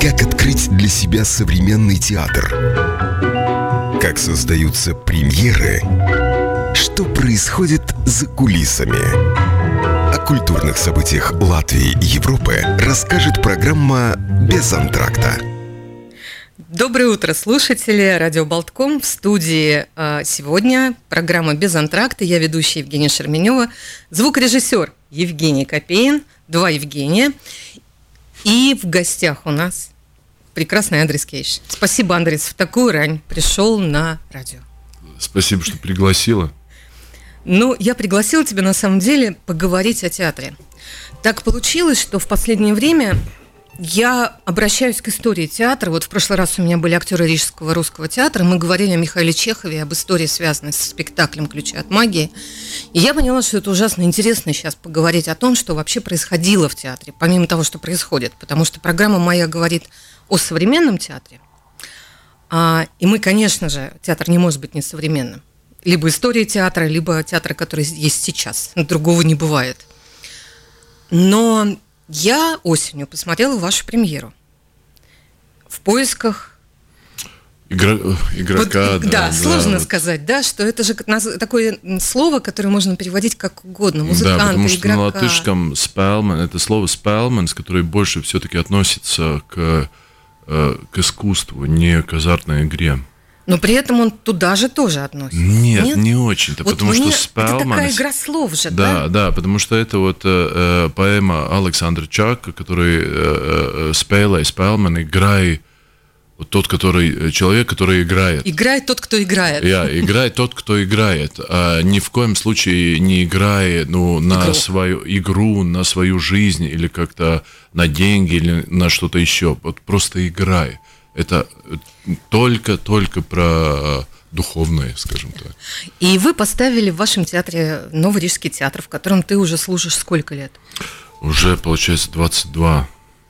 Как открыть для себя современный театр? Как создаются премьеры? Что происходит за кулисами? О культурных событиях Латвии и Европы расскажет программа «Без антракта». Доброе утро, слушатели. Радио Болтком. В студии сегодня программа «Без антракта». Я ведущая Евгения Шерменева, звукорежиссер Евгений Копейн, два Евгения. И в гостях у нас прекрасный Андрис Кейш. Спасибо, Андрис, в такую рань пришел на радио. Спасибо, что пригласила. Ну, я пригласила тебя, на самом деле, поговорить о театре. Так получилось, что в последнее время я обращаюсь к истории театра. Вот в прошлый раз у меня были актеры Рижского русского театра. Мы говорили о Михаиле Чехове, об истории, связанной со спектаклем «Ключи от магии». И я поняла, что это ужасно интересно сейчас поговорить о том, что вообще происходило в театре, помимо того, что происходит. Потому что программа моя говорит о современном театре. И мы, конечно же, театр не может быть несовременным. Либо история театра, либо театр, который есть сейчас. Другого не бывает. Но я осенью посмотрела вашу премьеру в поисках игрока. Вот, да, сложно сказать, да, что это же такое слово, которое можно переводить как угодно. Музыканта, да, потому что игрока. на латышском «спелмен» это слово «спелменс», которое больше все-таки относится к искусству, не к азартной игре. Но при этом он туда же тоже относится. Нет, не очень-то, вот потому что «спелменс» это такая игра слов же, да? Да, потому что это вот поэма Александра Чака, который «спелай, спелмен», играй, вот тот, который, человек, который играет. Играет тот, кто играет. Играет тот, кто играет, а ни в коем случае не играя на свою игру, на свою жизнь или как-то на деньги или на что-то еще. Вот просто играй. Это только про духовное, скажем так. И вы поставили в вашем театре Новый Рижский театр, в котором ты уже служишь сколько лет? Уже, получается, 22.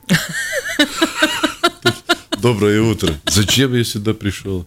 Доброе утро. Зачем я сюда пришел?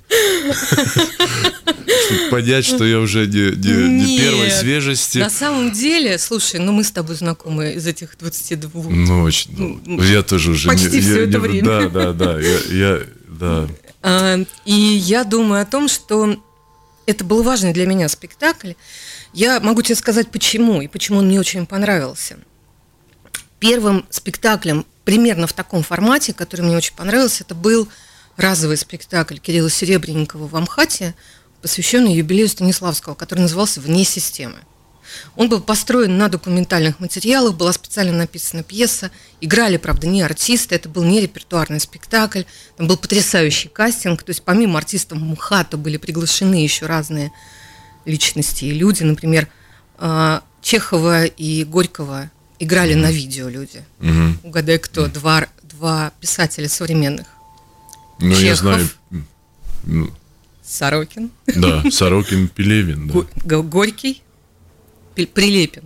Чтобы понять, что я уже не первой свежести. На самом деле, слушай, мы с тобой знакомы из этих 22. Ну, очень. Я тоже уже почти все это время. Да. И я думаю о том, что это был важный для меня спектакль. Я могу тебе сказать, почему, и почему он мне очень понравился. Первым спектаклем примерно в таком формате, который мне очень понравился, это был разовый спектакль Кирилла Серебренникова в Амхате, посвященный юбилею Станиславского, который назывался «Вне системы». Он был построен на документальных материалах, была специально написана пьеса. Играли, правда, не артисты, это был не репертуарный спектакль. Там был потрясающий кастинг. То есть помимо артистов МХАТа были приглашены еще разные личности и люди. Например, Чехова и Горького играли на видео люди. Угадай, кто? Два писателя современных. Ну, Чехов, я знаю. Сорокин. Да, Сорокин, Пелевин. Да. Горький. Прилепин.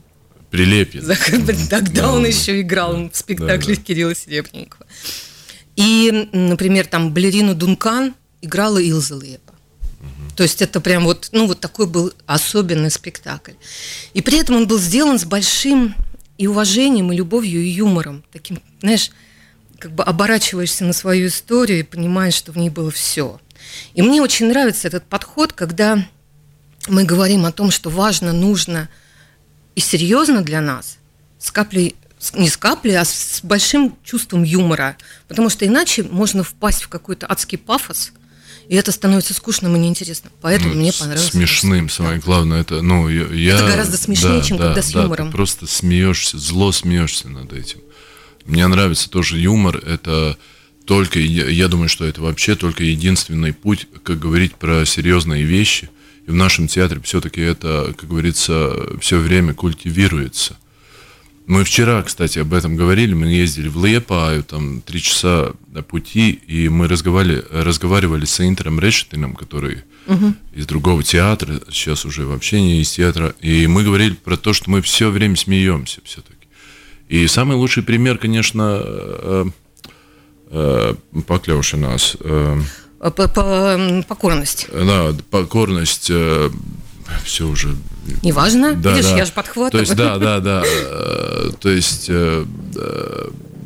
Тогда он еще играл в спектакле Кирилла Серебренникова. И, например, там балерину Дункан играла Илза Лепа. То есть это прям вот такой был особенный спектакль. И при этом он был сделан с большим и уважением, и любовью, и юмором. Таким, знаешь, как бы оборачиваешься на свою историю и понимаешь, что в ней было все. И мне очень нравится этот подход, когда мы говорим о том, что важно, нужно и серьезно для нас, не с каплей, а с большим чувством юмора. Потому что иначе можно впасть в какой-то адский пафос, и это становится скучным и неинтересным. Поэтому мне понравилось. Смешным, самое главное. Это гораздо смешнее, чем когда с юмором. Ты просто смеешься, зло смеешься над этим. Мне нравится тоже юмор. Это только, я думаю, что это вообще только единственный путь, как говорить про серьезные вещи. И в нашем театре все-таки это, как говорится, все время культивируется. Мы вчера, кстати, об этом говорили. Мы ездили в Лиепаю, там 3 часа пути, и мы разговаривали с Интером Решетином, который из другого театра, сейчас уже вообще не из театра. И мы говорили про то, что мы все время смеемся все-таки. И самый лучший пример, конечно, покляушенас. Покорность. Да, покорность, все уже. Неважно, да, видишь, да. я же подхватываю. То есть, да. То есть,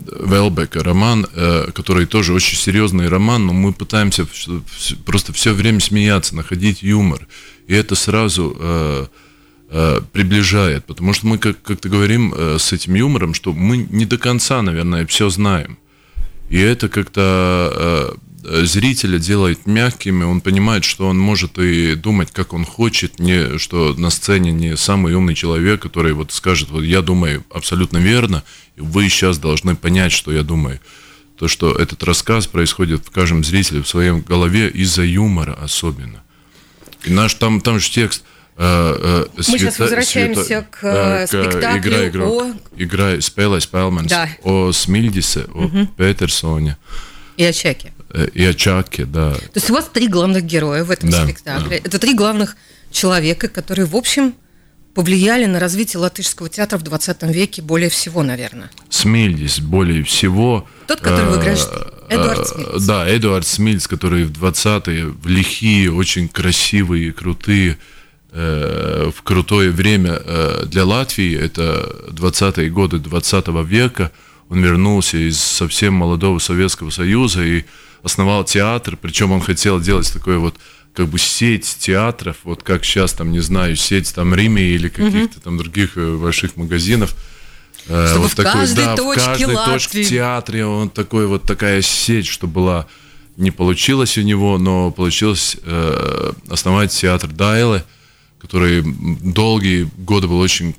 Велбека роман, который тоже очень серьезный роман, но мы пытаемся просто все время смеяться, находить юмор. И это сразу приближает, потому что мы как-то говорим с этим юмором, что мы не до конца, наверное, все знаем. И это как-то зрителя делает мягкими, он понимает, что он может и думать, как он хочет, не, что на сцене не самый умный человек, который вот скажет, вот я думаю абсолютно верно, и вы сейчас должны понять, что я думаю. То, что этот рассказ происходит в каждом зрителе в своей голове из-за юмора особенно. И там же текст... Мы сейчас возвращаемся к спектаклю Играй «Спелай спелманс» о Смильдисе, о Петерсоне. И о Чаке. И о Чаке, да. То есть у вас 3 главных героя в этом спектакле. Да. Это 3 главных человека, которые, в общем, повлияли на развитие латышского театра в 20 веке более всего, наверное. Смильдис более всего. Тот, который играешь ты, Эдуард Смильдис. Да, Эдуард Смильдис, который в 20-е, в лихие, очень красивые, крутые, в крутое время для Латвии, это 20-е годы 20 века, он вернулся из совсем молодого Советского Союза и основал театр, причем он хотел делать такой вот как бы сеть театров, вот как сейчас там, не знаю, сеть там Риме или каких-то там других больших магазинов. Чтобы вот в каждой точке точке в театре он такой вот такая сеть, что была, не получилось у него, но получилось основать театр Дайле, который долгие годы был очень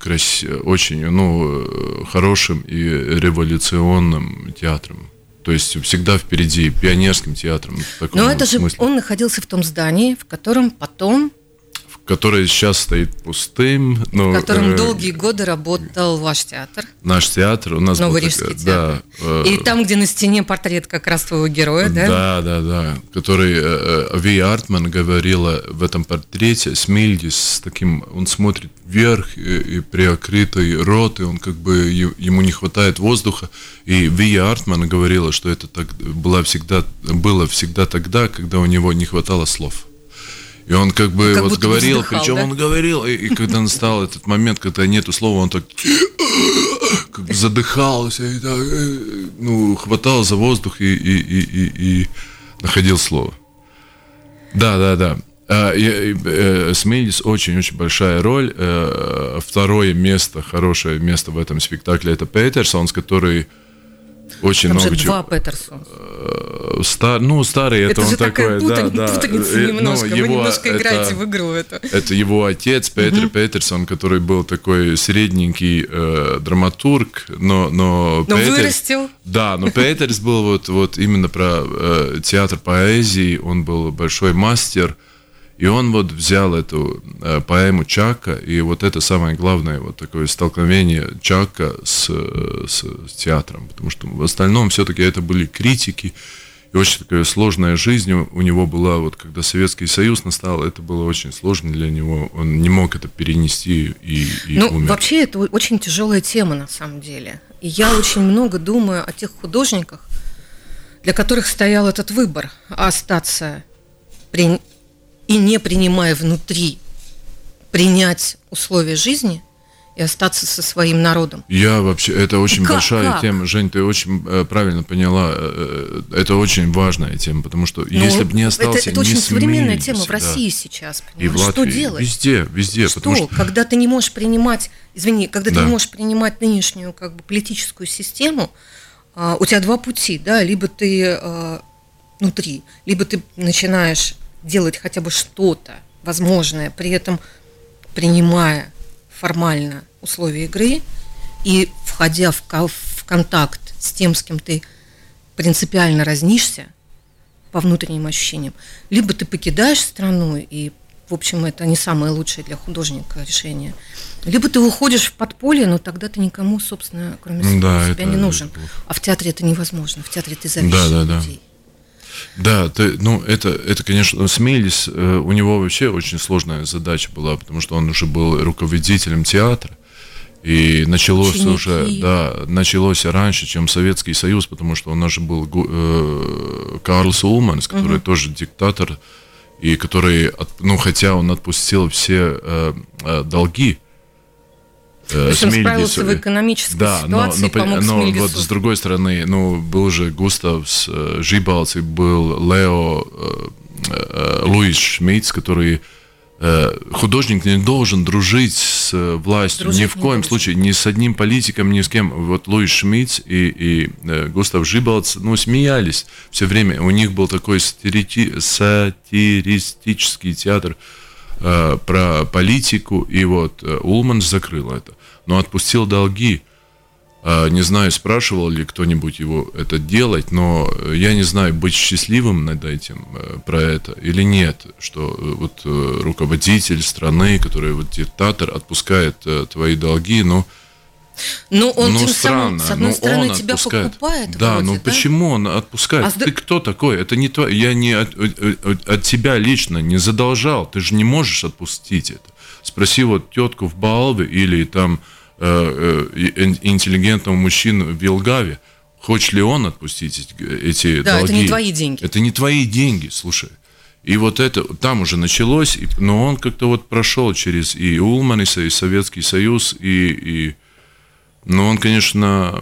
хорошим и революционным театром. То есть всегда впереди, пионерским театром. Но это же он находился в том здании, в котором потом... Который сейчас стоит пустым. В котором долгие годы работал ваш театр. Наш театр. У нас Новый Рижский театр. Да, и там, где на стене портрет как раз твоего героя, да? Да. Который Вия Артман говорила в этом портрете. Смильдис с таким... Он смотрит вверх и приоткрытый рот, и он как бы... Ему не хватает воздуха. И Вия Артман говорила, что это было всегда тогда, когда у него не хватало слов. И он как бы вот говорил, причем он говорил, и когда настал этот момент, когда нету слова, он так как бы задыхался, и так, хватал за воздух и находил слово. Да. Смильдис очень-очень большая роль. Второе место, хорошее место в этом спектакле, это Петерсонс, который... Очень там много же 2 Петерсона. Старый, это он такой, путаница немножко. Вы немножко играете в игру эту. Это его отец, Петер Петерсон, который был такой средненький драматург, но вырастил. Да, но Петерс был вот именно про театр поэзии, он был большой мастер. И он вот взял эту поэму Чака, и вот это самое главное, вот такое столкновение Чака с театром, потому что в остальном все-таки это были критики, и очень такая сложная жизнь у него была, вот когда Советский Союз настал, это было очень сложно для него, он не мог это перенести и умер. Вообще это очень тяжелая тема на самом деле, и я очень много думаю о тех художниках, для которых стоял этот выбор, остаться и не принимая внутри, принять условия жизни и остаться со своим народом. Это очень большая тема. Жень, ты очень правильно поняла. Это очень важная тема, потому что если бы не остался... Это очень современная тема в России сейчас. И в Латвии. Что делать? Везде. Что? Когда ты не можешь принимать... ты не можешь принимать нынешнюю как бы политическую систему, у тебя 2 пути, да? Либо ты внутри, либо ты начинаешь делать хотя бы что-то возможное, при этом принимая формально условия игры и входя в контакт с тем, с кем ты принципиально разнишься по внутренним ощущениям, либо ты покидаешь страну, и, в общем, это не самое лучшее для художника решение, либо ты уходишь в подполье, но тогда ты никому, собственно, кроме себя не нужен. А в театре это невозможно, в театре ты зависишь от людей. Да, это, конечно, Смильдис, у него вообще очень сложная задача была, потому что он уже был руководителем театра, и началось раньше, чем Советский Союз, потому что у нас же был Карлс Улманс, который тоже диктатор, и который, хотя он отпустил все долги То есть он справился в экономической ситуации, помог но Смильгису. Вот с другой стороны, был же Густавс Жибалц и был Лео Луис Шмидц, который художник не должен дружить с властью, ни в коем случае, ни с одним политиком, ни с кем. Вот Луис Шмидц и Густав Жибалц, смеялись все время. У них был такой сатиристический театр про политику, и вот Улманс закрыл это, но отпустил долги. Не знаю, спрашивал ли кто-нибудь его это делать, но я не знаю, быть счастливым над этим, про это или нет, что вот руководитель страны, который вот диктатор, отпускает твои долги, Но он тем странно, самым, с одной стороны, тебя отпускает. покупает. Да, вроде, почему он отпускает? Ты кто такой? Это не твой, я не от тебя лично не задолжал, ты же не можешь отпустить это. Спроси вот тетку в Баалве или там интеллигентного мужчину в Вилгаве, хочет ли он отпустить эти долги? Это не твои деньги. Это не твои деньги, слушай. И вот это там уже началось, но он как-то вот прошел через и Улманиса, и Советский Союз, но он, конечно,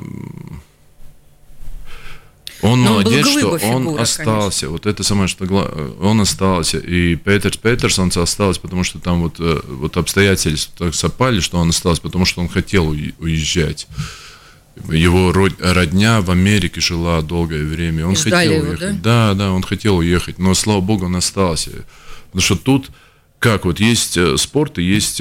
он молодец, что он остался. Конечно. Вот это самое, что он остался. И Петерсон остался, потому что там вот обстоятельства так совпали, что он остался, потому что он хотел уезжать. Его родня в Америке жила долгое время. Он хотел уехать. Да, он хотел уехать, но, слава богу, он остался. Потому что тут, как вот есть спорт и есть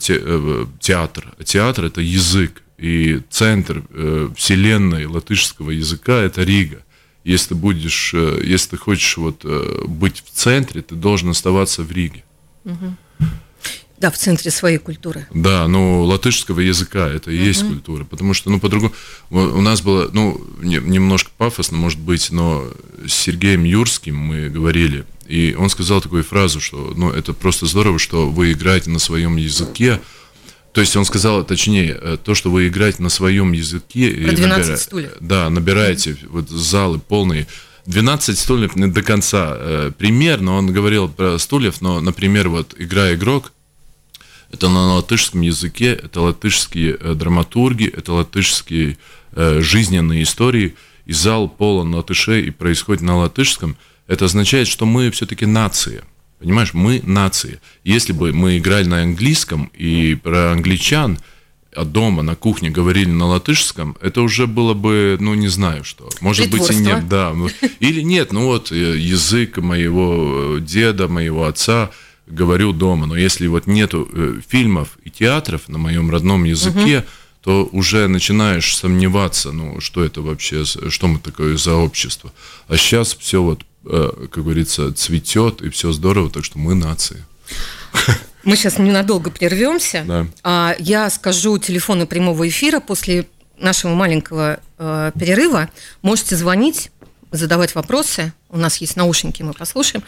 театр. Театр – это язык. И центр вселенной латышского языка – это Рига. Если ты хочешь быть в центре, ты должен оставаться в Риге. Угу. Да, в центре своей культуры. Да, латышского языка это и есть культура. Потому что, по-другому, у нас было, немножко пафосно, может быть, но с Сергеем Юрским мы говорили, и он сказал такую фразу, что, это просто здорово, что вы играете на своем языке. То есть он сказал, точнее, то, что вы играете на своем языке. Про 12 стульев. Да, набираете залы полные. 12 стульев не до конца пример, но он говорил про стульев, но, например, «Игра-игрок», это на латышском языке, это латышские драматурги, это латышские жизненные истории, и зал полон латышей и происходит на латышском. Это означает, что мы все-таки нация. Понимаешь, мы нация. Если бы мы играли на английском и про англичан, а дома на кухне говорили на латышском, это уже было бы, не знаю что. Может быть и нет, да. Или нет, язык моего деда, моего отца говорю дома. Но если нету фильмов и театров на моем родном языке, то уже начинаешь сомневаться, что это вообще, что мы такое за общество. А сейчас все как говорится, цветет, и все здорово, так что мы нация. Мы сейчас ненадолго прервемся. Да. Я скажу телефоны прямого эфира. После нашего маленького перерыва можете звонить, задавать вопросы. У нас есть наушники, мы послушаем.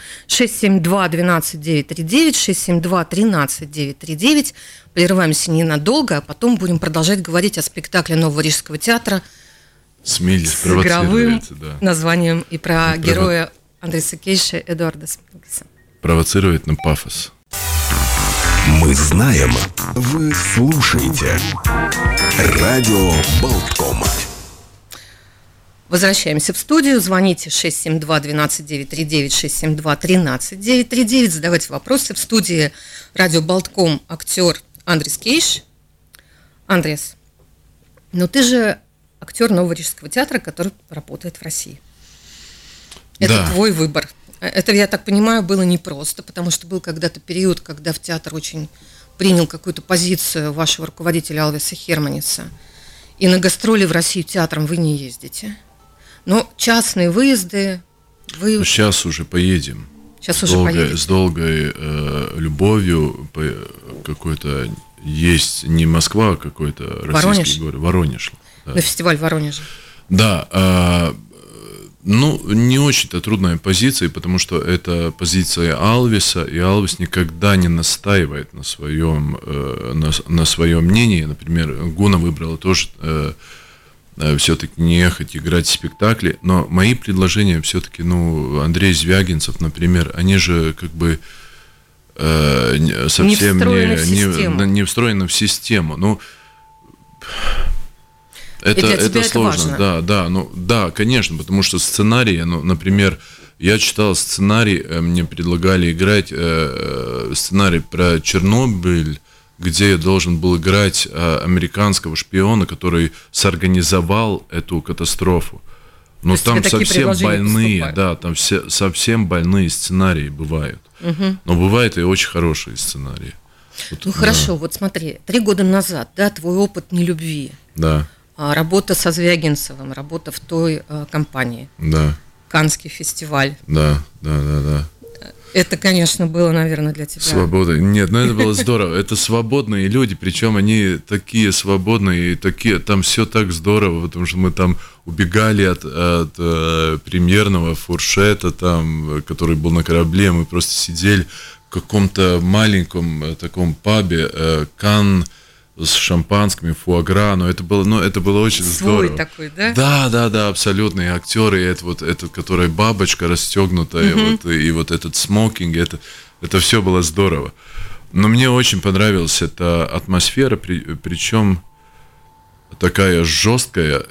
672-12-939, 672-13-939. Прерываемся ненадолго, а потом будем продолжать говорить о спектакле Нового Рижского театра с игровым названием и про героя Андреса Кейша Эдуарда Смильгиса. Провоцирует на пафос. Мы знаем, вы слушаете Радио Болтком. Возвращаемся в студию. Звоните 672-12-939, 672-13-939. Задавайте вопросы. В студии Радио Болтком актер Андрес Кейш. Андрес, ты же актер Нового Рижского театра, который работает в России. Это твой выбор. Это, я так понимаю, было непросто, потому что был когда-то период, когда в театр очень принял какую-то позицию вашего руководителя Алвиса Херманиса. И на гастроли в Россию театром вы не ездите. Но частные выезды вы... Сейчас уже поедем. С долгой любовью какой-то есть, не Москва, а какой-то российский город. Воронеж. Да. На фестиваль в Воронеже. Да. Не очень-то трудная позиция, потому что это позиция Алвиса, и Алвис никогда не настаивает на своем мнении. Например, Гуна выбрала тоже все-таки не ехать играть в спектакли, но мои предложения все-таки, Андрей Звягинцев, например, они же как бы совсем не встроены в систему. Это сложно, да, конечно, потому что сценарий, например, я читал сценарий, мне предлагали играть сценарий про Чернобыль, где я должен был играть американского шпиона, который сорганизовал эту катастрофу. Но там совсем больные, там совсем больные сценарии бывают. Угу. Но бывают и очень хорошие сценарии. Хорошо, вот смотри, 3 года назад, твой опыт нелюбви. Да. Работа со Звягинцевым, работа в той компании. Да. Каннский фестиваль. Да. Это, конечно, было, наверное, для тебя. Свобода. Нет, это было здорово. Это свободные люди, причем они такие свободные, такие, там все так здорово, потому что мы там убегали от премьерного фуршета, там, который был на корабле, мы просто сидели в каком-то маленьком таком пабе, Канн, с шампанским, фуагра, но это было очень свой здорово. Такой, да? Да, абсолютно. И актеры, это которая бабочка расстегнутая, и вот этот смокинг, это все было здорово. Но мне очень понравилась эта атмосфера, причем такая жесткая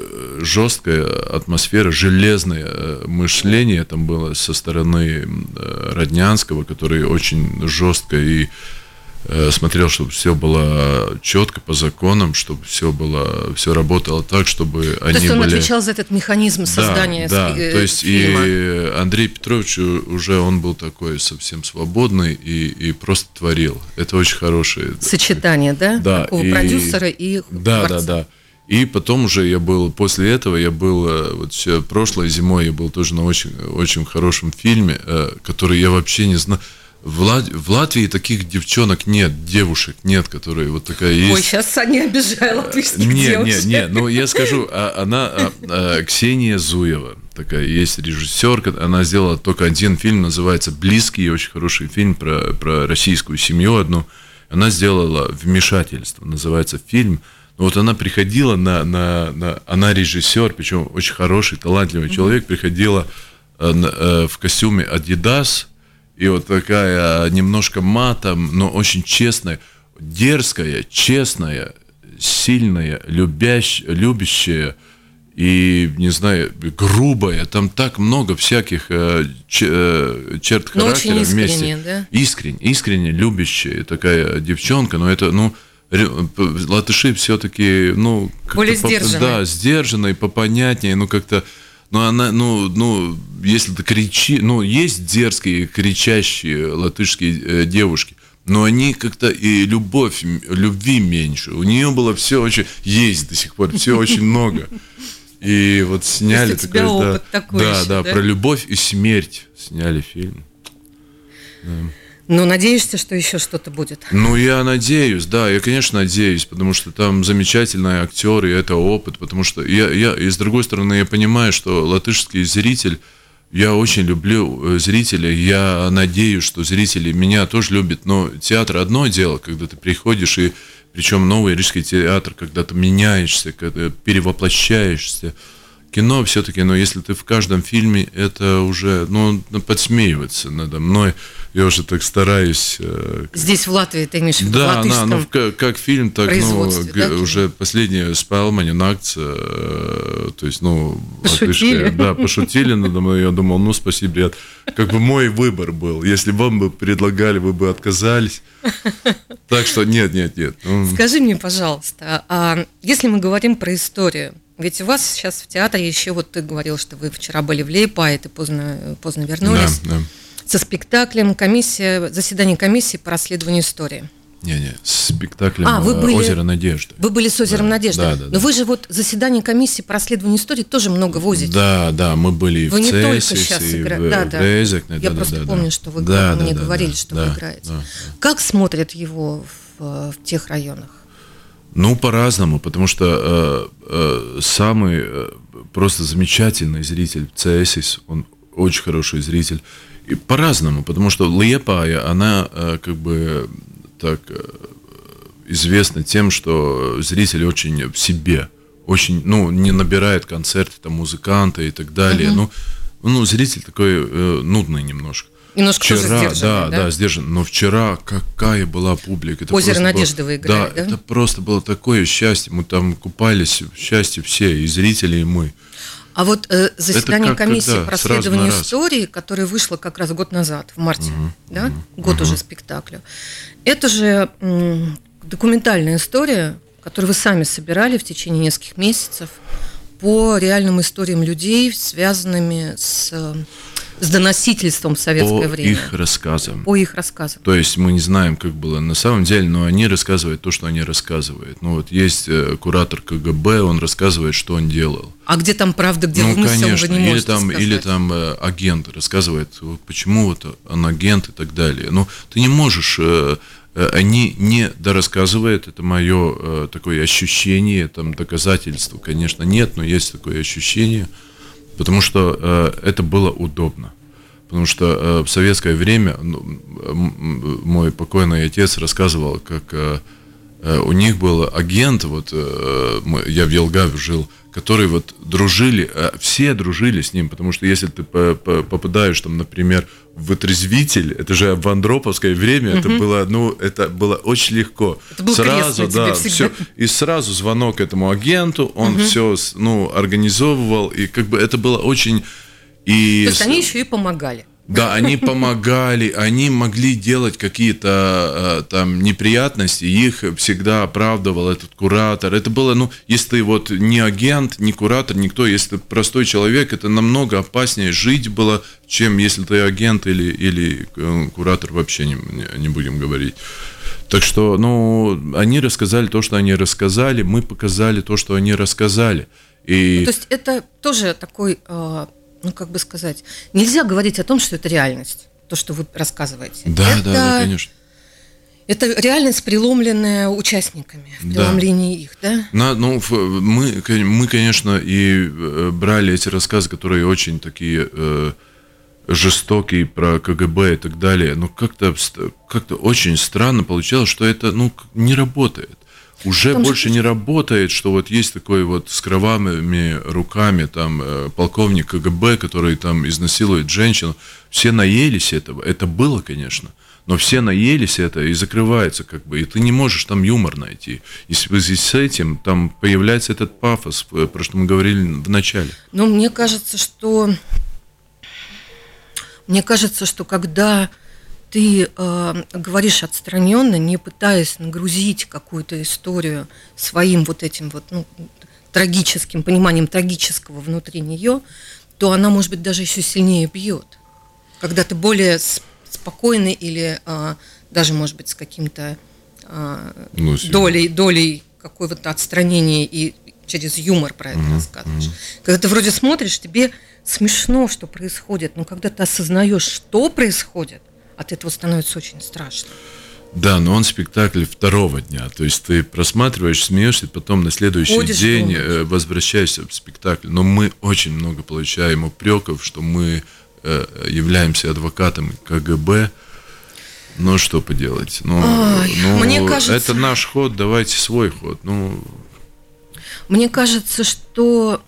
атмосфера, железное мышление там было со стороны Роднянского, который очень жестко и смотрел, чтобы все было четко по законам, чтобы все работало так, чтобы они были... То есть он отвечал за этот механизм создания фильма. То есть и Андрей Петрович уже он был такой совсем свободный и просто творил. Это очень хорошее сочетание, да? Да. Такого продюсера и творца. Да. И потом уже после этого я был, прошлой зимой я был тоже на очень, очень хорошем фильме, который я вообще не знаю. В Латвии таких девчонок нет, девушек нет, которые вот такая есть. Ой, сейчас Саня обижает латвийских девушек. Нет, я скажу, она Ксения Зуева, такая есть режиссерка, она сделала только один фильм, называется «Близкий», очень хороший фильм про российскую семью одну. Она сделала «Вмешательство», называется фильм. Вот она приходила она режиссер, причем очень хороший, талантливый человек, приходила в костюме Adidas. И вот такая немножко матом, но очень честная, дерзкая, честная, сильная, любящая и, не знаю, грубая. Там так много всяких черт характера вместе. Да? Искренне любящая такая девчонка, но это, латыши все-таки, более сдержанные. Да, сдержанные, попонятнее, как-то. Но она, если ты кричишь, есть дерзкие, кричащие латышские девушки, но они как-то и любви меньше. У нее было все очень, есть до сих пор, все очень много. И вот сняли такой, опыт такой еще, да, про любовь и смерть сняли фильм. Да. Надеешься, что еще что-то будет? Я надеюсь, да, я, конечно, надеюсь, потому что там замечательные актеры, и это опыт, потому что и с другой стороны, я понимаю, что латышский зритель, я очень люблю зрителя, я надеюсь, что зрители меня тоже любят, но театр одно дело, когда ты приходишь, и причем новый рижский театр, когда ты меняешься, когда перевоплощаешься. Кино все-таки, если ты в каждом фильме, это уже, подсмеиваться надо мной. Я уже так стараюсь. Здесь в Латвии ты имеешь в виду? Да, как фильм, так, уже последняя Спайлманин акция, то есть, пошутили. Да, пошутили надо мной, я думал, спасибо, ребят. Как бы мой выбор был. Если вам бы предлагали, вы бы отказались. Так что нет. Скажи мне, пожалуйста, если мы говорим про историю, ведь у вас сейчас в театре еще, ты говорил, что вы вчера были в Лейпае, ты поздно вернулись. Да. Со спектаклем заседание комиссии по расследованию истории. Не, с спектаклем вы «Озеро надежды». Вы были с «Озером надежды». Да. Но вы же заседание комиссии по расследованию истории тоже много возите. Да, мы были и в Цесис, и в Резекне. Я просто помню, что вы мне говорили, что вы играете. Да. Как смотрят его в тех районах? По-разному, потому что самый просто замечательный зритель Цесис, он очень хороший зритель, и по-разному, потому что Лиепая, она так известна тем, что зритель очень в себе, очень, не набирает концерты, там, музыканты и так далее, зритель такой нудный немножко. Немножко тоже сдержанная, да, сдержанная. Но вчера какая была публика. Это «Озеро надежды» вы играли, да? Это просто было такое счастье. Мы там купались в счастье все, и зрители, и мы. А вот заседание комиссии по расследованию истории, которое вышло как раз год назад, в марте, год уже спектаклю, это же документальная история, которую вы сами собирали в течение нескольких месяцев по реальным историям людей, связанными с доносительством в советское время. По их рассказам. То есть мы не знаем, как было на самом деле, но они рассказывают то, что они рассказывают. Ну вот есть куратор КГБ, он рассказывает, что он делал. А где там правда, где вымысел, конечно, вы не можете сказать. Или там агент рассказывает, почему вот он агент и так далее. Но ты не можешь... Они не дорассказывают, это мое такое ощущение, там доказательства, конечно, нет, но есть такое ощущение, потому что это было удобно. Потому что в советское время мой покойный отец рассказывал, как у них был агент, вот я в Елгаве жил, которые вот дружили, все дружили с ним, потому что если ты попадаешь там, например, в вытрезвитель, это же в андроповское время, это было очень легко. Это был сразу, да, все, и сразу звонок этому агенту, он все, организовывал, и как бы это было очень... То есть они еще и помогали. Да, они помогали, они могли делать какие-то там неприятности, их всегда оправдывал этот куратор. Это было, если ты вот не агент, не куратор, никто, если ты простой человек, это намного опаснее жить было, чем если ты агент или куратор, вообще не будем говорить. Так что, они рассказали то, что они рассказали, мы показали то, что они рассказали. И... то есть это тоже такой... как бы сказать, нельзя говорить о том, что это реальность, то, что вы рассказываете. Да, конечно. Это реальность, преломленная участниками, преломление их, да? Мы, конечно, и брали эти рассказы, которые очень такие жестокие, про КГБ и так далее, но как-то очень странно получалось, что это, не работает. Уже там больше не работает, что вот есть такой вот с кровавыми руками там полковник КГБ, который там изнасилует женщину. Все наелись этого. Это было, конечно, но все наелись этого и закрывается как бы. И ты не можешь там юмор найти. И в связи с этим там появляется этот пафос, про что мы говорили в начале. Мне кажется, что когда ты говоришь отстраненно, не пытаясь нагрузить какую-то историю своим вот этим вот трагическим пониманием трагического внутри нее, то она, может быть, даже еще сильнее бьет. Когда ты более спокойный или даже, может быть, с каким-то долей какого-то отстранения и через юмор про это рассказываешь. Когда ты вроде смотришь, тебе смешно, что происходит, но когда ты осознаешь, что происходит, от этого становится очень страшно. Да, но он спектакль второго дня. То есть ты просматриваешь, смеешься, потом на следующий день возвращаешься в спектакль. Но мы очень много получаем упреков, что мы являемся адвокатом КГБ. Но что поделать? Мне кажется, это наш ход, давайте свой ход. Мне кажется, что,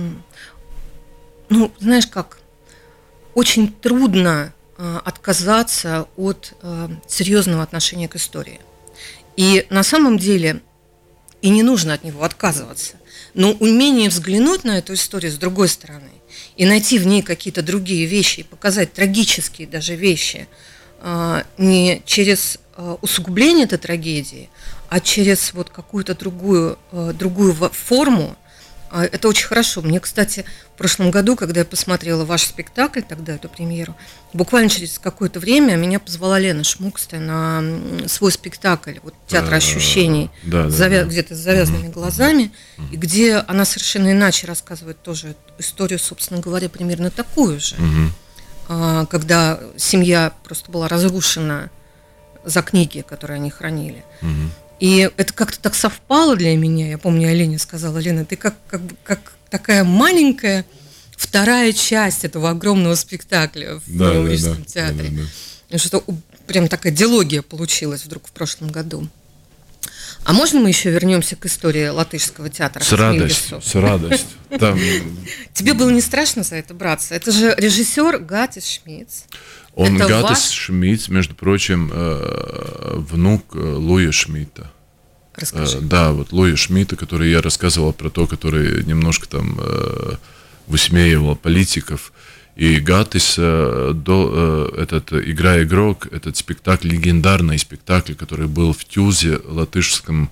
знаешь как, очень трудно отказаться от серьезного отношения к истории. И на самом деле и не нужно от него отказываться. Но умение взглянуть на эту историю с другой стороны и найти в ней какие-то другие вещи, и показать трагические даже вещи не через усугубление этой трагедии, а через вот какую-то другую форму, это очень хорошо. Мне, кстати, в прошлом году, когда я посмотрела ваш спектакль, тогда эту премьеру, буквально через какое-то время меня позвала Лена Шмукстая на свой спектакль, вот «Театр ощущений», где-то с завязанными глазами, и где она совершенно иначе рассказывает тоже историю, собственно говоря, примерно такую же, когда семья просто была разрушена за книги, которые они хранили. И это как-то так совпало для меня. Я помню, я Лене сказала: Лена, ты как такая маленькая вторая часть этого огромного спектакля в Рижском театре. Что прям такая дилогия получилась вдруг в прошлом году. А можно мы еще вернемся к истории латышского театра? С радостью. Там... Тебе было не страшно за это браться? Это же режиссер Гатис Шмидц. Он Гатис Шмидц, между прочим, внук Луи Шмидта. Расскажи. Да, вот Луи Шмидта, который я рассказывал про то, который немножко там высмеивал политиков. И Гатис, этот «Игра-игрок», этот спектакль, легендарный спектакль, который был в Тюзе латышском,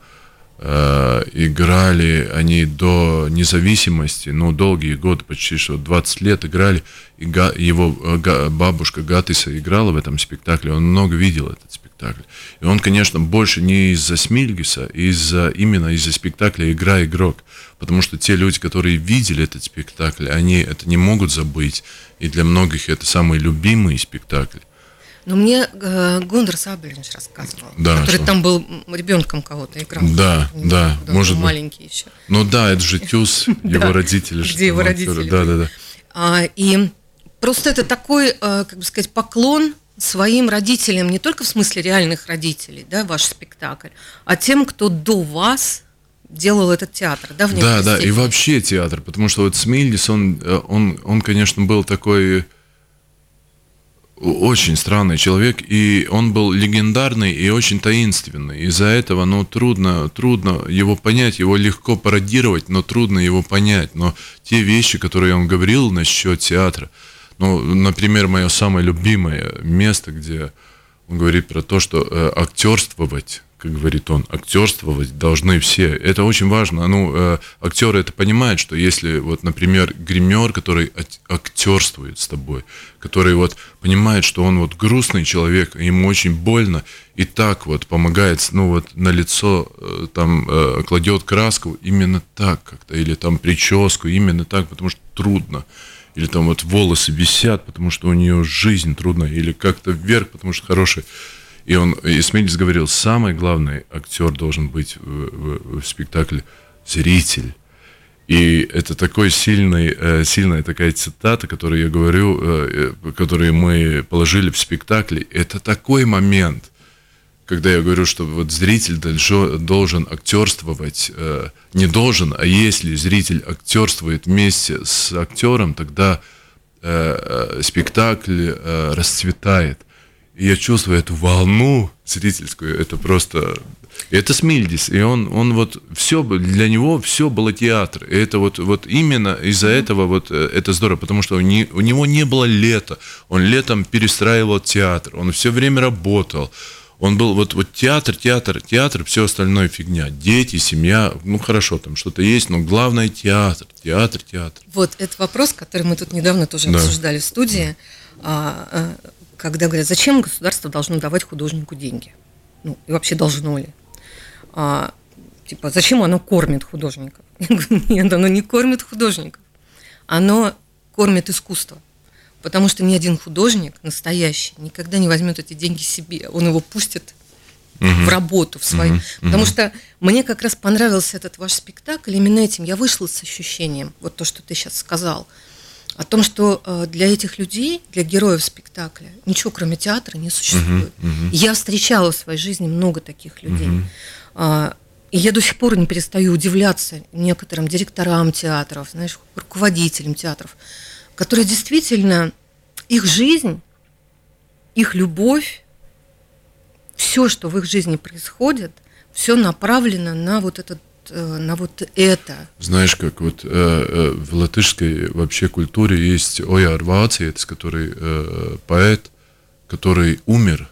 играли они до независимости, долгие годы, почти что 20 лет играли, и его бабушка Гатиса играла в этом спектакле, он много видел этот спектакль. И он, конечно, больше не из-за Смильгиса, именно из-за спектакля «Игра-игрок», потому что те люди, которые видели этот спектакль, они это не могут забыть, и для многих это самый любимый спектакль. Но мне Гундар Сабельнич рассказывал, да, который там был ребенком кого-то играл. Да, может быть. Маленький еще. Это же Тюз, его родители. Где его родители. Да. И просто это такой, как бы сказать, поклон своим родителям, не только в смысле реальных родителей, да, ваш спектакль, а тем, кто до вас делал этот театр, да, в некоторой степени. И вообще театр, потому что вот Смильдис, он, конечно, был такой очень странный человек, и он был легендарный и очень таинственный. Из-за этого, трудно его понять, его легко пародировать, но трудно его понять. Но те вещи, которые он говорил насчет театра, например, мое самое любимое место, где он говорит про то, что актерствовать, как говорит он, актерствовать должны все. Это очень важно. Актеры это понимают, что если, например, гример, который актерствует с тобой, который понимает, что он грустный человек, ему очень больно, и так помогает, на лицо там кладет краску именно так как-то, или там прическу именно так, потому что трудно. Или там волосы висят, потому что у нее жизнь трудная, или как-то вверх, потому что хорошая. И Смильдис говорил, самый главный актер должен быть в спектакле зритель. И это такой сильная такая цитата, которую я говорю, которую мы положили в спектакле. Это такой момент, когда я говорю, что зритель должен актерствовать, не должен, а если зритель актерствует вместе с актером, тогда спектакль расцветает. И я чувствую эту волну зрительскую, это просто... Это Смильдис, и он все, для него все было театр. И это именно из-за этого это здорово, потому что у него не было лета. Он летом перестраивал театр, он все время работал. Он был театр, все остальное фигня. Дети, семья, хорошо, там что-то есть, но главное театр. Это вопрос, который мы тут недавно тоже обсуждали в студии. Когда говорят, зачем государство должно давать художнику деньги? И вообще должно ли? Зачем оно кормит художников? Я говорю, нет, оно не кормит художников. Оно кормит искусство. Потому что ни один художник настоящий никогда не возьмет эти деньги себе. Он его пустит в работу, в свою. Потому что мне как раз понравился этот ваш спектакль именно этим. Я вышла с ощущением, то, что ты сейчас сказал, о том, что для этих людей, для героев спектакля, ничего кроме театра не существует. Я встречала в своей жизни много таких людей. И я до сих пор не перестаю удивляться некоторым директорам театров, руководителям театров, которые действительно, их жизнь, их любовь, все, что в их жизни происходит, все направлено на это. Знаешь, как в латышской вообще культуре есть Ojārs Vācietis, который поэт, который умер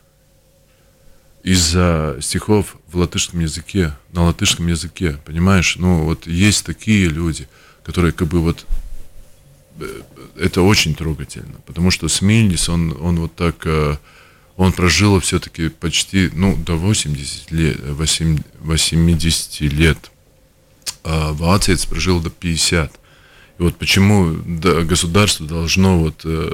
из-за стихов в латышском языке, на латышском языке, понимаешь? Есть такие люди, которые это очень трогательно, потому что Смильдис, он прожил все-таки почти, до 80 лет, а Вācietis прожил до 50. И почему государство должно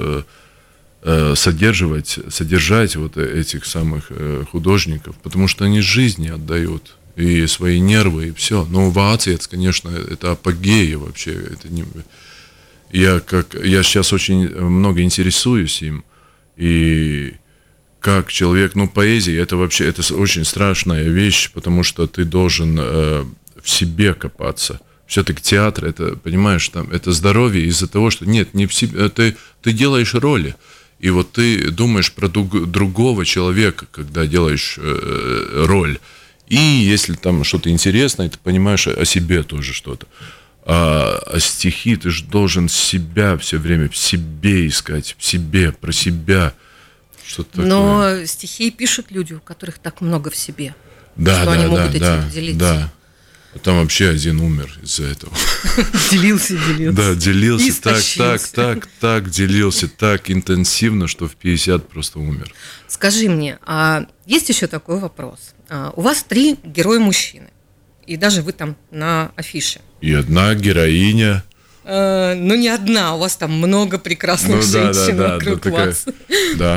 содержать этих самых художников, потому что они жизни отдают, и свои нервы, и все. Но Вācietis, конечно, это апогея вообще. Это не... Я сейчас очень много интересуюсь им, и как человек, поэзия, это вообще, это очень страшная вещь, потому что ты должен в себе копаться. Все-таки театр, это, понимаешь, там, это здоровье из-за того, что нет, не в себе, ты делаешь роли. И вот ты думаешь про другого человека, когда делаешь роль. И если там что-то интересное, ты понимаешь о себе тоже что-то. А стихи ты же должен себя все время в себе искать, в себе, про себя. Что-то Но такое. стихи пишут люди, у которых так много в себе, Да, что да, они да, могут да, этим делиться. да. Там вообще один умер из-за этого. Делился. Да, делился Истощился. так делился, так интенсивно, что в 50 просто умер. Скажи мне, а есть еще такой вопрос? У вас 3 героя-мужчины, и даже вы там на афише. И одна героиня. Не одна, у вас там много прекрасных женщин вокруг вас. Да.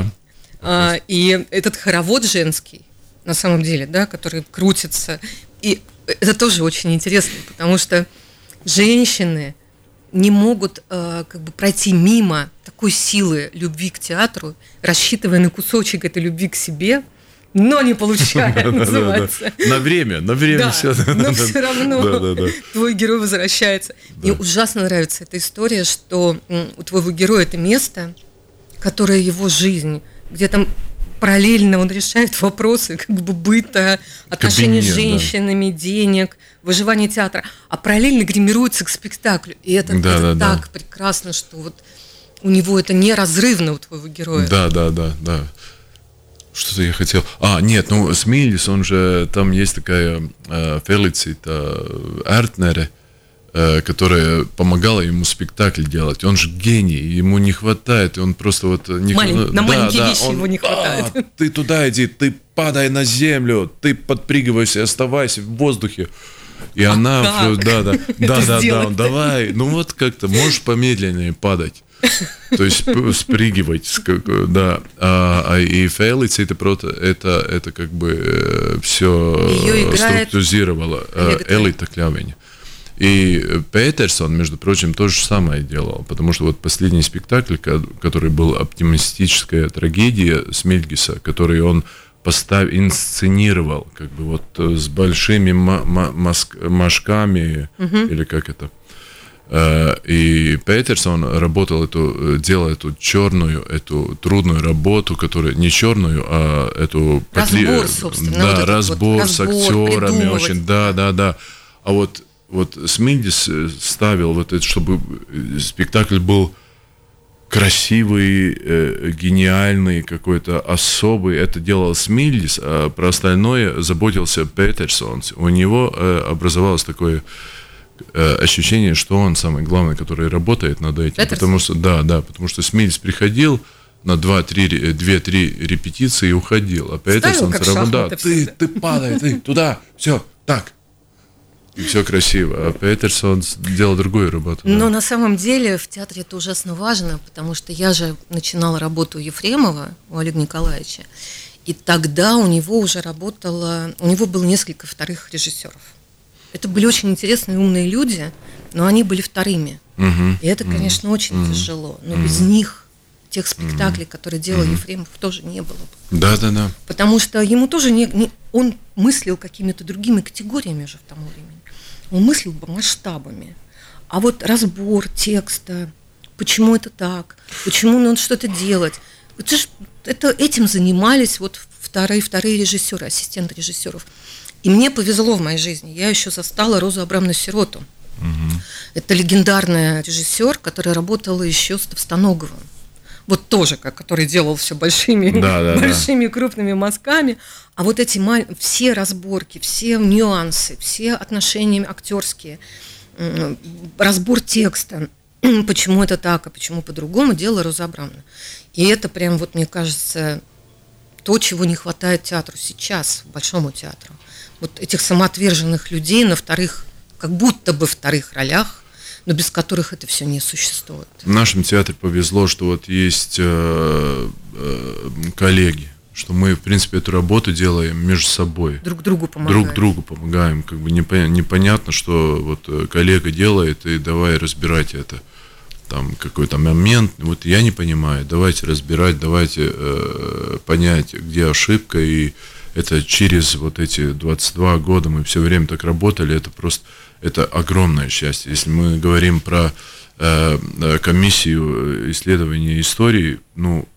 И этот хоровод женский, на самом деле, да, который крутится, и это тоже очень интересно, потому что женщины не могут пройти мимо такой силы любви к театру, рассчитывая на кусочек этой любви к себе, но не получая, называется. На время все. Но все равно твой герой возвращается. Мне ужасно нравится эта история, что у твоего героя это место, которое его жизнь, где там параллельно он решает вопросы быта, отношений с женщинами, денег, выживания театра, а параллельно гримируется к спектаклю. И это так прекрасно, что вот у него это неразрывно, у твоего героя. Да. Что-то я хотел... Смильдис, он же... Там есть такая Фелицита Эртнере, которая помогала ему спектакль делать. Он же гений, ему не хватает, и он просто вот... На маленькие вещи его не хватает. Ты туда иди, ты падай на землю, ты подпрыгивайся, оставайся в воздухе. И она... Да, давай. Как-то можешь помедленнее падать. То есть спрыгивать, да. И Фелицита это как бы все структуризировало. Элита Кļaviņa. И Петерсон, между прочим, то же самое делал, потому что вот последний спектакль, который был «Оптимистическая трагедия» Смильгиса, который он инсценировал, как бы вот с большими мазками, или как это. И Петерсон делал эту черную, эту трудную работу, которая не черную, а эту... Разбор, собственно. Да, разбор с актерами. Очень, да. А вот Смильдис ставил вот это, чтобы спектакль был красивый, гениальный, какой-то особый. Это делал Смильдис, а про остальное заботился Петерсон. У него образовалось такое ощущение, что он самый главный, который работает над этим. Потому что Смильдис приходил на 2-3 репетиции и уходил. А Петерсон все равно, ты падай, ты туда, все, так. И все красиво. А Петерсон делал другую работу. Но на самом деле в театре это ужасно важно, потому что я же начинала работу у Ефремова, у Олега Николаевича, и тогда у него было несколько вторых режиссеров. Это были очень интересные, умные люди, но они были вторыми. И это, конечно, очень тяжело. Но без них тех спектаклей, которые делал Ефремов, тоже не было бы. Да. Потому что ему тоже он мыслил какими-то другими категориями уже в тому времени. Он мыслил масштабами. А вот разбор текста, почему это так, почему надо что-то делать. Этим занимались вот вторые режиссеры, ассистенты режиссеров. И мне повезло в моей жизни. Я еще застала Розу Абрамовну Сироту. Это легендарная режиссер, которая работала еще с Товстоноговым. Вот тоже, который делал все большими крупными мазками. А вот эти все разборки, все нюансы, все отношения актерские, разбор текста, почему это так, а почему по-другому, делала Роза Абрамовна. И это прям, вот, мне кажется, то, чего не хватает театру сейчас, Большому театру. Вот этих самоотверженных людей на как будто бы вторых ролях, но без которых это все не существует. В нашем театре повезло, что вот есть коллеги, что мы, в принципе, эту работу делаем между собой. Друг другу помогаем. Как бы непонятно, что вот коллега делает, и давай разбирать это. там какой-то момент, вот я не понимаю, давайте разбирать, давайте понять, где ошибка, и это через вот эти 22 года мы все время так работали, это просто, это огромное счастье. Если мы говорим про комиссию исследования истории, ну,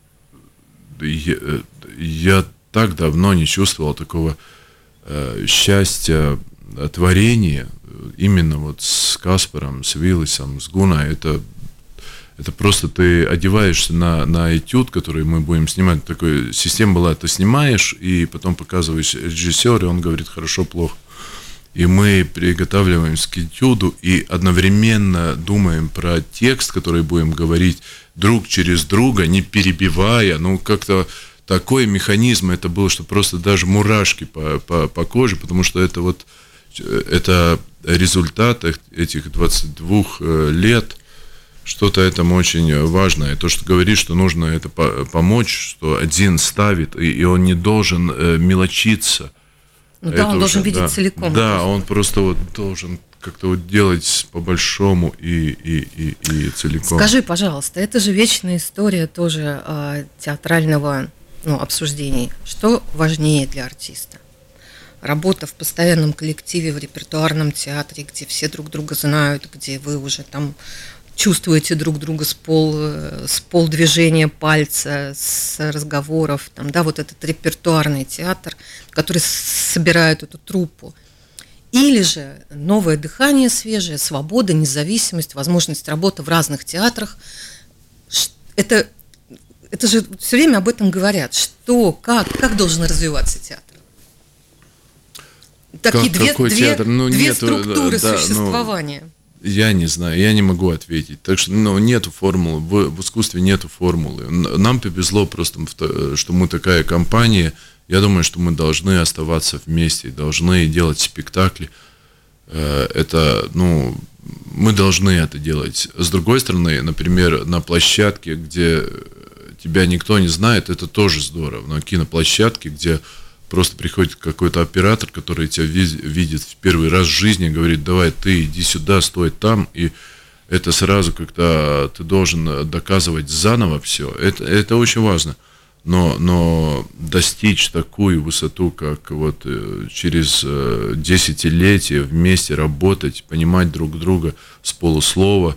я так давно не чувствовал такого счастья творения, именно вот с Каспаром, с Виллисом, с Гуной. Это просто ты одеваешься на этюд, который мы будем снимать. Такой система была, ты снимаешь и потом показываешь режиссеру, и он говорит хорошо, плохо. И мы приготавливаемся к этюду и одновременно думаем про текст, который будем говорить друг через друга, не перебивая. Ну, как-то такой механизм это был, что просто даже мурашки по коже, потому что это вот это результат этих 22 лет. Что-то этому очень важное. То, что говорит, что нужно это помочь, что один ставит, и он не должен мелочиться. Ну да, он должен видеть целиком. Да, он просто вот должен как-то вот делать по-большому и целиком. Скажи, пожалуйста, это же вечная история тоже театрального обсуждений. Что важнее для артиста? Работа в постоянном коллективе, в репертуарном театре, где все друг друга знают, где вы уже там чувствуете друг друга с полдвижения пальца, с разговоров, там, да, вот этот репертуарный театр, который собирает эту труппу. Или же новое дыхание свежее, свобода, независимость, возможность работы в разных театрах. Это же все время об этом говорят. Что, как должен развиваться театр? Такие две структуры существования. Я не знаю, я не могу ответить. Так что нету формулы, в искусстве нету формулы. Нам повезло просто, что мы такая компания. Я думаю, что мы должны оставаться вместе, должны делать спектакли. Мы должны это делать. С другой стороны, например, на площадке, где тебя никто не знает, это тоже здорово. На киноплощадке, где просто приходит какой-то оператор, который тебя видит в первый раз в жизни, говорит, давай ты иди сюда, стой там, и это сразу как-то ты должен доказывать заново все. Это очень важно. Но достичь такую высоту, как вот через десятилетия вместе работать, понимать друг друга с полуслова,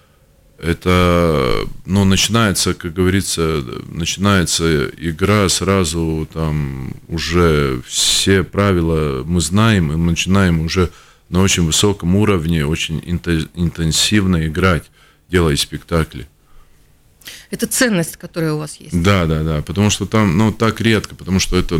это, начинается, как говорится, начинается игра сразу, там уже все правила мы знаем, и мы начинаем уже на очень высоком уровне, очень интенсивно играть, делая спектакли. Это ценность, которая у вас есть. Да, потому что там, так редко, потому что это,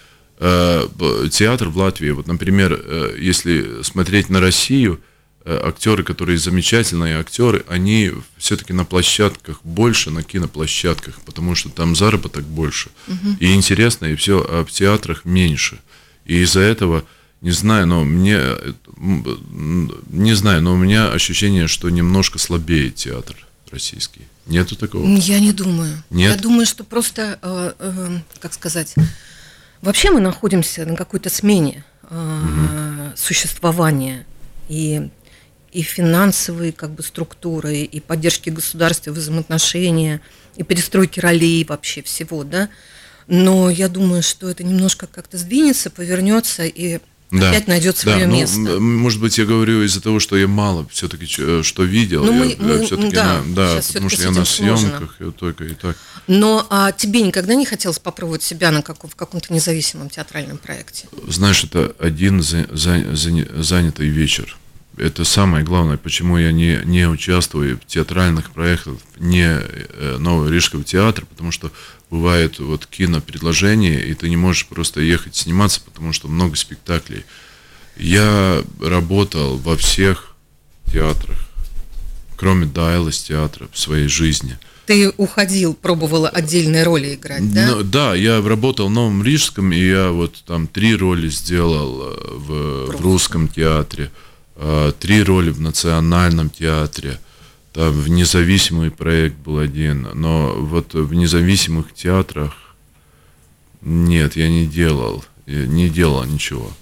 театр в Латвии, вот, например, если смотреть на Россию, актеры, которые замечательные актеры, они все-таки на площадках больше, на киноплощадках, потому что там заработок больше, и интересно, и все, а в театрах меньше. И из-за этого, не знаю, но у меня ощущение, что немножко слабеет театр российский. Нету такого? Я не думаю. Нет? Я думаю, что просто, как сказать, вообще мы находимся на какой-то смене существования и финансовой структуры, и поддержки государства, взаимоотношения, и перестройки ролей вообще всего, да. Но я думаю, что это немножко как-то сдвинется, повернется и опять найдет свое место. Может быть, я говорю из-за того, что я мало все-таки что видел. Потому что я на съемках и только и так. Но тебе никогда не хотелось попробовать себя в каком-то независимом театральном проекте? Знаешь, это один занятый вечер. Это самое главное, почему я не участвую в театральных проектах, не Нового Рижского театра, потому что бывает вот кинопредложение, и ты не можешь просто ехать сниматься, потому что много спектаклей. Я работал во всех театрах, кроме Дайлас театра в своей жизни. Ты уходил, пробовал отдельные роли играть, да? Да, я работал в Новом Рижском, и я вот там 3 роли сделал в русском театре. 3 роли в Национальном театре, там в независимый проект был один, но вот в независимых театрах нет, я не делал ничего.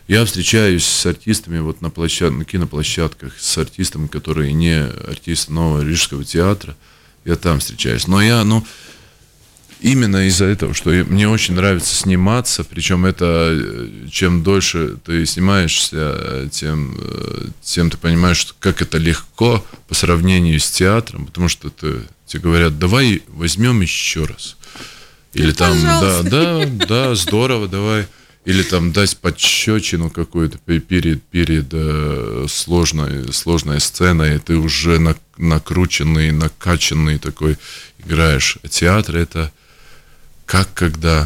Я встречаюсь с артистами вот на киноплощадках, с артистами, которые не артисты Нового Рижского театра. Я там встречаюсь. Но именно из-за этого, что мне очень нравится сниматься, причем это, чем дольше ты снимаешься, тем ты понимаешь, как это легко по сравнению с театром, потому что тебе говорят, давай возьмем еще раз. Или там, да, здорово, давай. Или там дать подщечину какую-то перед сложной сценой, и ты уже накрученный, накачанный такой играешь. А театр это как когда.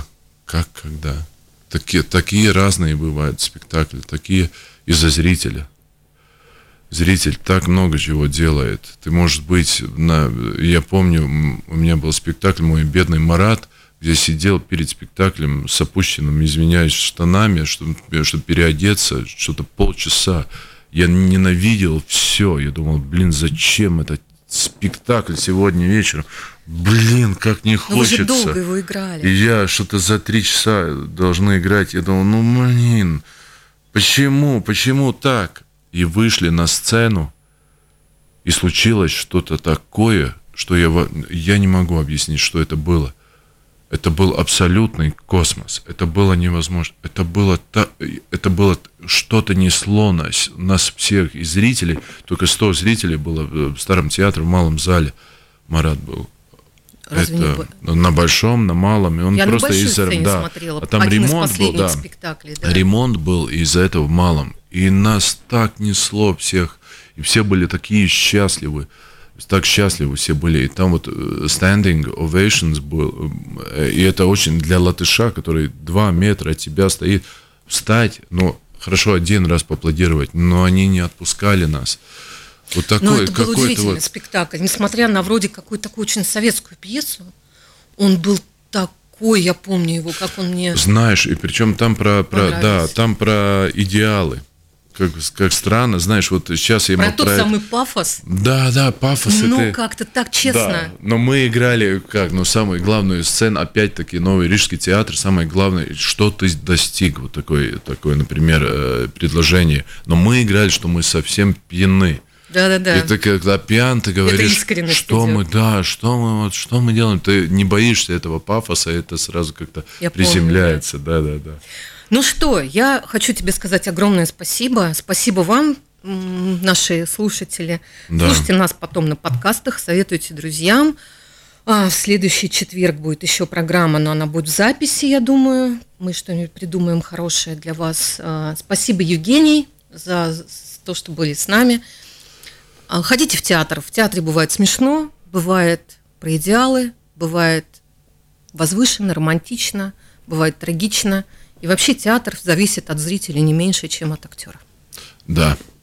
Такие разные бывают спектакли, такие из-за зрителя. Зритель так много чего делает. Ты, может быть, я помню, у меня был спектакль «Мой бедный Марат», где сидел перед спектаклем с опущенными, извиняюсь, штанами, чтобы переодеться, что-то полчаса. Я ненавидел все. Я думал, зачем этот спектакль сегодня вечером? Как не хочется. Вы же долго его играли. И я что-то за 3 часа должны играть. Я думал, почему так? И вышли на сцену, и случилось что-то такое, что я не могу объяснить, что это было. Это был абсолютный космос. Это было невозможно. Это было что-то несло нас всех и зрителей. Только 100 зрителей было в Старом театре, в малом зале. Марат был. Разве это на большом, на малом. И он я просто на большой сцене смотрела. А там один ремонт из последних был, спектаклей. Да. Ремонт был из-за этого в малом. И нас так несло всех. И все были такие счастливы. Так счастливы все были. И там вот standing ovations был. И это очень для латыша, который 2 метра от тебя стоит, встать, хорошо, 1 раз поаплодировать, но они не отпускали нас. Вот такой, но это был удивительный спектакль. Несмотря на вроде какую-то такую очень советскую пьесу, он был такой, я помню его, как он мне... Знаешь, и причем там про идеалы. Как странно, знаешь, вот сейчас я... Про тот самый пафос. Да, пафос. Как-то так честно. Да, но мы играли самую главную сцену, опять-таки, Новый Рижский театр, самое главное, что ты достиг, вот такое, например, предложение. Но мы играли, что мы совсем пьяны. Да. И ты когда пьян, ты говоришь, что мы делаем, ты не боишься этого пафоса, это сразу как-то приземляется. Да. Ну что, я хочу тебе сказать огромное спасибо. Спасибо вам, наши слушатели. Да. Слушайте нас потом на подкастах, советуйте друзьям. В следующий четверг будет еще программа, но она будет в записи, я думаю. Мы что-нибудь придумаем хорошее для вас. Спасибо, Евгений, за то, что были с нами. Ходите в театр. В театре бывает смешно, бывает про идеалы, бывает возвышенно, романтично, бывает трагично. И вообще театр зависит от зрителя не меньше, чем от актера. Да.